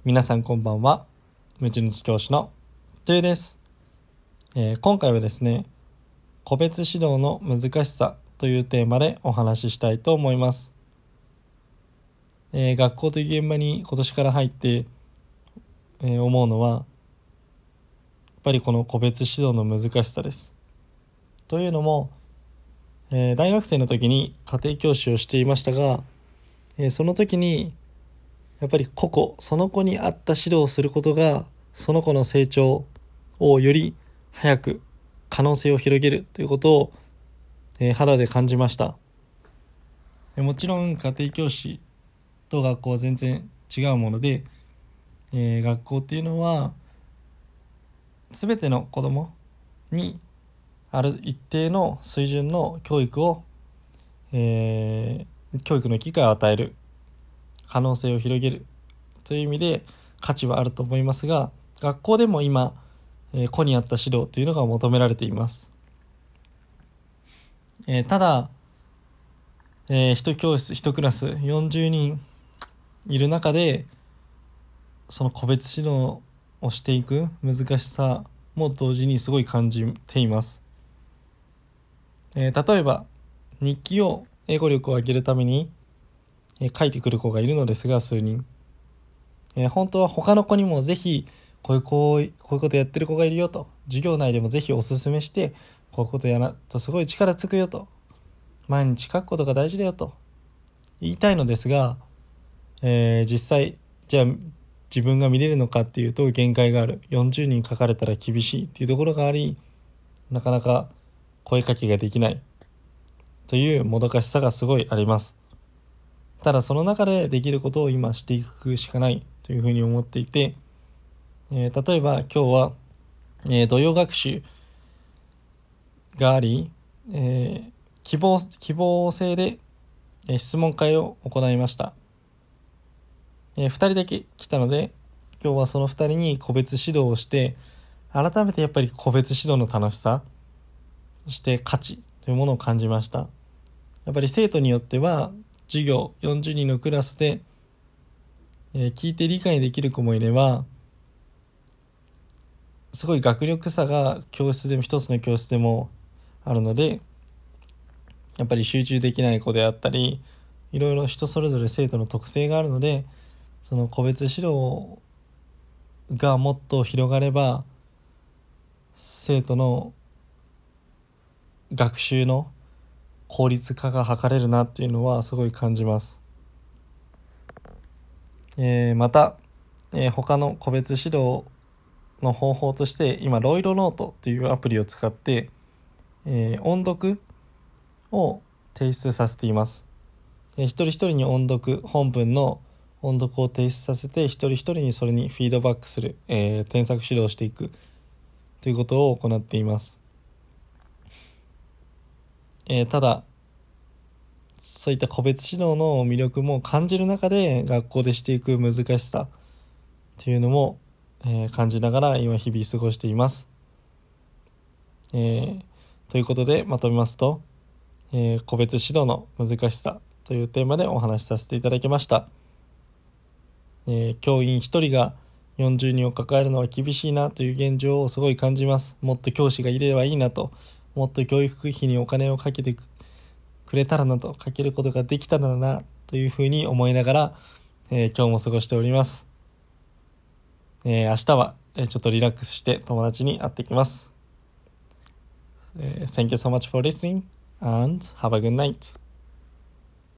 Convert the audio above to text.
皆さんこんばんは。無印教師のジェイです。今回はですね、個別指導の難しさというテーマでお話ししたいと思います。学校という現場に今年から入って、思うのはやっぱりこの個別指導の難しさです。というのも、大学生の時に家庭教師をしていましたが、その時にやっぱりその子に合った指導をすることがその子の成長をより早く可能性を広げるということを、肌で感じました。もちろん家庭教師と学校は全然違うもので、学校っていうのは全ての子供にある一定の水準の教育を、教育の機会を与える、可能性を広げるという意味で価値はあると思いますが、学校でも今、子に合った指導というのが求められています。ただ、1教室1クラス40人いる中でその個別指導をしていく難しさも同時にすごい感じています。例えば日記を英語力を上げるために、書いてくる子がいるのですが、数人、本当は他の子にもぜひこういうことやってる子がいるよと、授業内でもぜひおすすめして、こういうことやるとすごい力つくよと、毎日書くことが大事だよと言いたいのですが、実際じゃあ自分が見れるのかっていうと限界がある。40人書かれたら厳しいっていうところがあり、なかなか声かけができないというもどかしさがすごいあります。ただその中でできることを今していくしかないというふうに思っていて、例えば今日は、土曜学習があり、希望制で、質問会を行いました。2人だけ来たので、今日はその2人に個別指導をして、改めてやっぱり個別指導の楽しさ、そして価値というものを感じました。やっぱり生徒によっては授業40人のクラスで、聞いて理解できる子もいれば、すごい学力差が一つの教室でもあるので、やっぱり集中できない子であったり、いろいろ人それぞれ生徒の特性があるので、その個別指導がもっと広がれば、生徒の学習の効率化が図れるなっていうのはすごい感じます。また、他の個別指導の方法として今ロイドノートというアプリを使って、音読を提出させています。一人一人に本文の音読を提出させて、一人一人にそれにフィードバックする、添削指導していくということを行っています。ただそういった個別指導の魅力も感じる中で学校でしていく難しさというのも、感じながら今日々過ごしています。ということでまとめますと、個別指導の難しさというテーマでお話しさせていただきました。教員一人が40人を抱えるのは厳しいなという現状をすごい感じます。もっと教師がいればいいなと、もっと教育費にお金をかけてくれたらなと、かけることができたらなというふうに思いながら、今日も過ごしております。明日はちょっとリラックスして友達に会ってきます。Thank you so much for listening and have a good night.